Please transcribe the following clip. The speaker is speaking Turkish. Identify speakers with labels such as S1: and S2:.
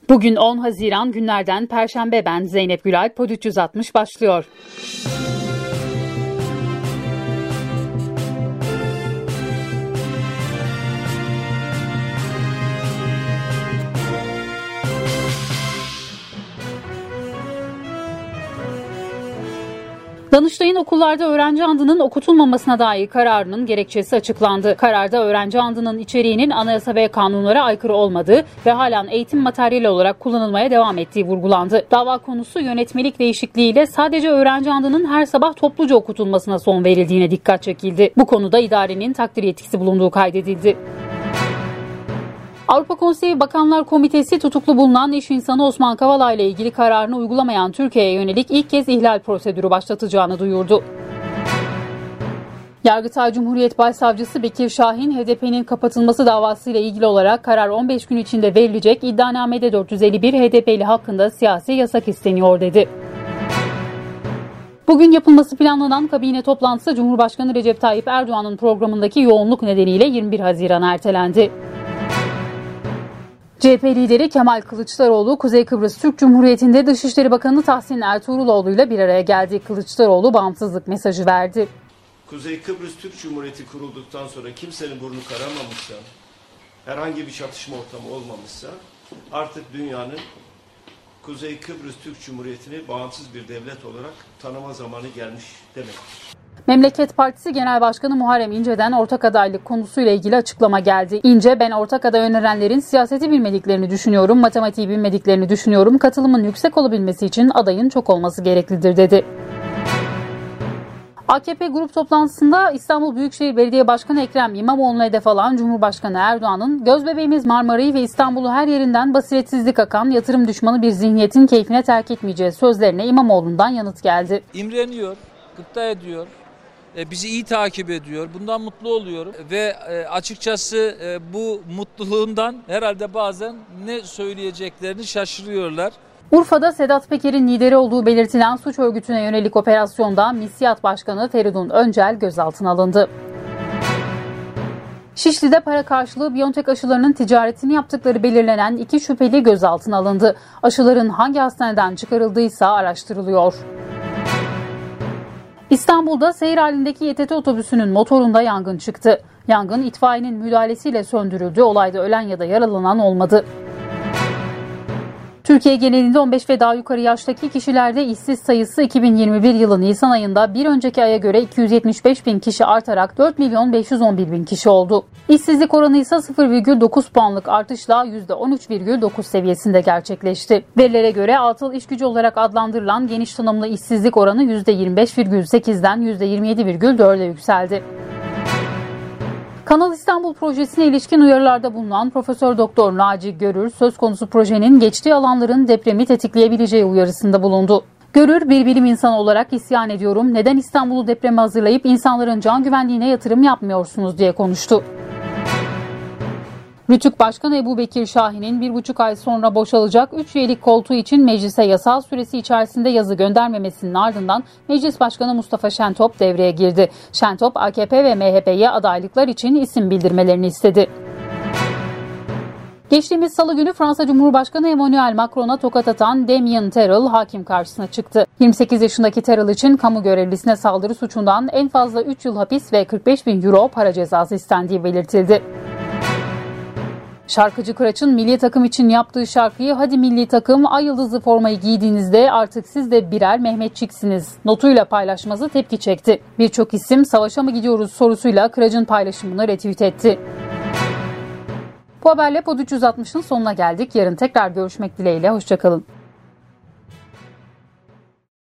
S1: Bugün 10 Haziran günlerden Perşembe, ben Zeynep Gülay. Pod 360 başlıyor. Danıştay'ın okullarda öğrenci andının okutulmamasına dair kararının gerekçesi açıklandı. Kararda öğrenci andının içeriğinin anayasa ve kanunlara aykırı olmadığı ve halen eğitim materyali olarak kullanılmaya devam ettiği vurgulandı. Dava konusu yönetmelik değişikliğiyle sadece öğrenci andının her sabah topluca okutulmasına son verildiğine dikkat çekildi. Bu konuda idarenin takdir yetkisi bulunduğu kaydedildi. Avrupa Konseyi Bakanlar Komitesi tutuklu bulunan iş insanı Osman Kavala ile ilgili kararını uygulamayan Türkiye'ye yönelik ilk kez ihlal prosedürü başlatacağını duyurdu. Yargıtay Cumhuriyet Başsavcısı Bekir Şahin, HDP'nin kapatılması davasıyla ilgili olarak karar 15 gün içinde verilecek, iddianamede 451 HDP'li hakkında siyasi yasak isteniyor dedi. Bugün yapılması planlanan kabine toplantısı Cumhurbaşkanı Recep Tayyip Erdoğan'ın programındaki yoğunluk nedeniyle 21 Haziran'a ertelendi. CHP lideri Kemal Kılıçdaroğlu, Kuzey Kıbrıs Türk Cumhuriyeti'nde Dışişleri Bakanı Tahsin Ertuğruloğlu ile bir araya geldi. Kılıçdaroğlu bağımsızlık mesajı verdi.
S2: Kuzey Kıbrıs Türk Cumhuriyeti kurulduktan sonra kimsenin burnu kararmamışsa, herhangi bir çatışma ortamı olmamışsa artık dünyanın Kuzey Kıbrıs Türk Cumhuriyeti'ni bağımsız bir devlet olarak tanıma zamanı gelmiş demektir.
S1: Memleket Partisi Genel Başkanı Muharrem İnce'den ortak adaylık konusuyla ilgili açıklama geldi. İnce, ben ortak aday önerenlerin siyaseti bilmediklerini düşünüyorum, matematiği bilmediklerini düşünüyorum, katılımın yüksek olabilmesi için adayın çok olması gereklidir dedi. AKP grup toplantısında İstanbul Büyükşehir Belediye Başkanı Ekrem İmamoğlu'na hedef alan Cumhurbaşkanı Erdoğan'ın "Gözbebeğimiz Marmara'yı ve İstanbul'u her yerinden basiretsizlik akan, yatırım düşmanı bir zihniyetin keyfine terk etmeyeceği" sözlerine İmamoğlu'ndan yanıt geldi.
S3: İmreniyor, gıpta ediyor. Bizi iyi takip ediyor. Bundan mutlu oluyorum ve açıkçası bu mutluluğundan herhalde bazen ne söyleyeceklerini şaşırıyorlar.
S1: Urfa'da Sedat Peker'in lideri olduğu belirtilen suç örgütüne yönelik operasyonda MİSİAD Başkanı Feridun Öncel gözaltına alındı. Şişli'de para karşılığı Biontech aşılarının ticaretini yaptıkları belirlenen 2 şüpheli gözaltına alındı. Aşıların hangi hastaneden çıkarıldıysa araştırılıyor. İstanbul'da seyir halindeki İETT otobüsünün motorunda yangın çıktı. Yangın itfaiyenin müdahalesiyle söndürüldü. Olayda ölen ya da yaralanan olmadı. Türkiye genelinde 15 ve daha yukarı yaştaki kişilerde işsiz sayısı 2021 yılı Nisan ayında bir önceki aya göre 275 bin kişi artarak 4 milyon 511 bin kişi oldu. İşsizlik oranı ise 0,9 puanlık artışla %13,9 seviyesinde gerçekleşti. Verilere göre atıl iş gücü olarak adlandırılan geniş tanımlı işsizlik oranı %25,8'den %27,4'e yükseldi. Kanal İstanbul projesine ilişkin uyarılarda bulunan Profesör Doktor Naci Görür, söz konusu projenin geçtiği alanların depremi tetikleyebileceği uyarısında bulundu. Görür, bir bilim insanı olarak isyan ediyorum, neden İstanbul'u depreme hazırlayıp insanların can güvenliğine yatırım yapmıyorsunuz diye konuştu. Rütük Başkanı Ebu Bekir Şahin'in 1,5 ay sonra boşalacak 3 üyelik koltuğu için meclise yasal süresi içerisinde yazı göndermemesinin ardından Meclis Başkanı Mustafa Şentop devreye girdi. Şentop, AKP ve MHP'ye adaylıklar için isim bildirmelerini istedi. Geçtiğimiz Salı günü Fransa Cumhurbaşkanı Emmanuel Macron'a tokat atan Damien Terrell hakim karşısına çıktı. 28 yaşındaki Terrell için kamu görevlisine saldırı suçundan en fazla 3 yıl hapis ve 45 bin euro para cezası istendiği belirtildi. Şarkıcı Kıraç'ın milli takım için yaptığı şarkıyı "Hadi milli takım, ay yıldızlı formayı giydiğinizde artık siz de birer Mehmetçiksiniz" notuyla paylaşması tepki çekti. Birçok isim "Savaşa mı gidiyoruz?" sorusuyla Kıraç'ın paylaşımını retweet etti. Bu haberle Pod 360'ın sonuna geldik. Yarın tekrar görüşmek dileğiyle. Hoşçakalın.